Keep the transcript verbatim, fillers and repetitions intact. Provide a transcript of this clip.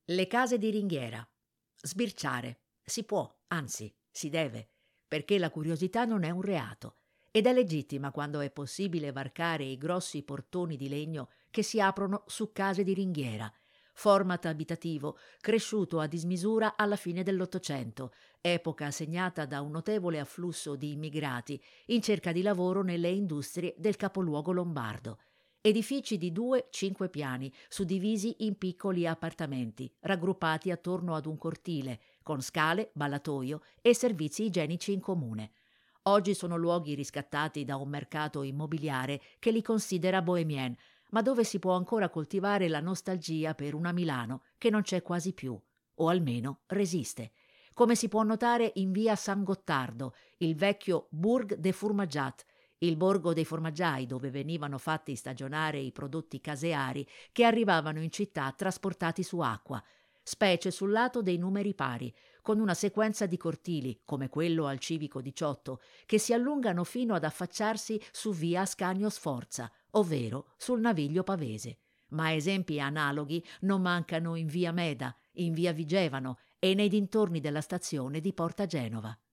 Le case di ringhiera. Sbirciare. Si può, anzi, si deve, perché la curiosità non è un reato ed è legittima quando è possibile varcare i grossi portoni di legno che si aprono su case di ringhiera, format abitativo cresciuto a dismisura alla fine dell'Ottocento, epoca segnata da un notevole afflusso di immigrati in cerca di lavoro nelle industrie del capoluogo lombardo. Edifici di due cinque piani, suddivisi in piccoli appartamenti, raggruppati attorno ad un cortile, con scale, ballatoio e servizi igienici in comune. Oggi sono luoghi riscattati da un mercato immobiliare che li considera bohemien, ma dove si può ancora coltivare la nostalgia per una Milano che non c'è quasi più, o almeno resiste. Come si può notare in via San Gottardo, il vecchio Bourg de Fourmagiat, il borgo dei formaggiai dove venivano fatti stagionare i prodotti caseari che arrivavano in città trasportati su acqua, specie sul lato dei numeri pari, con una sequenza di cortili, come quello al Civico diciotto, che si allungano fino ad affacciarsi su via Ascanio Sforza, ovvero sul Naviglio Pavese. Ma esempi analoghi non mancano in via Meda, in via Vigevano e nei dintorni della stazione di Porta Genova.